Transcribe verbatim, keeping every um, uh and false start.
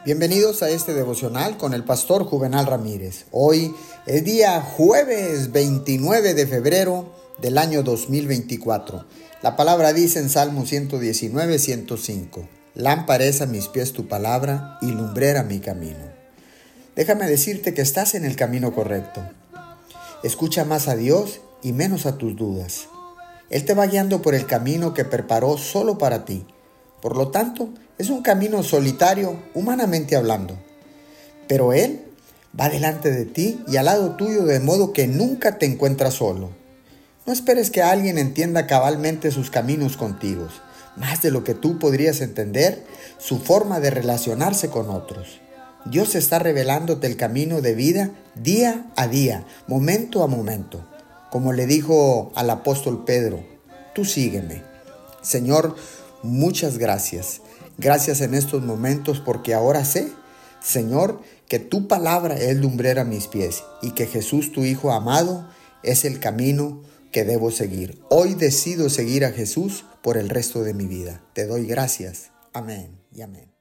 Bienvenidos a este devocional con el pastor Juvenal Ramírez. Hoy es día jueves veintinueve de febrero del año dos mil veinticuatro. La palabra dice en Salmo ciento diecinueve, ciento cinco: Lámpara es a mis pies tu palabra y lumbrera mi camino. Déjame decirte que estás en el camino correcto. Escucha más a Dios y menos a tus dudas. Él te va guiando por el camino que preparó solo para ti. Por lo tanto, es un camino solitario, humanamente hablando. Pero Él va delante de ti y al lado tuyo, de modo que nunca te encuentras solo. No esperes que alguien entienda cabalmente sus caminos contigo, más de lo que tú podrías entender su forma de relacionarse con otros. Dios está revelándote el camino de vida día a día, momento a momento. Como le dijo al apóstol Pedro: tú sígueme. Señor, muchas gracias. Gracias en estos momentos porque ahora sé, Señor, que tu palabra es lumbrera a mis pies y que Jesús, tu Hijo amado, es el camino que debo seguir. Hoy decido seguir a Jesús por el resto de mi vida. Te doy gracias. Amén y amén.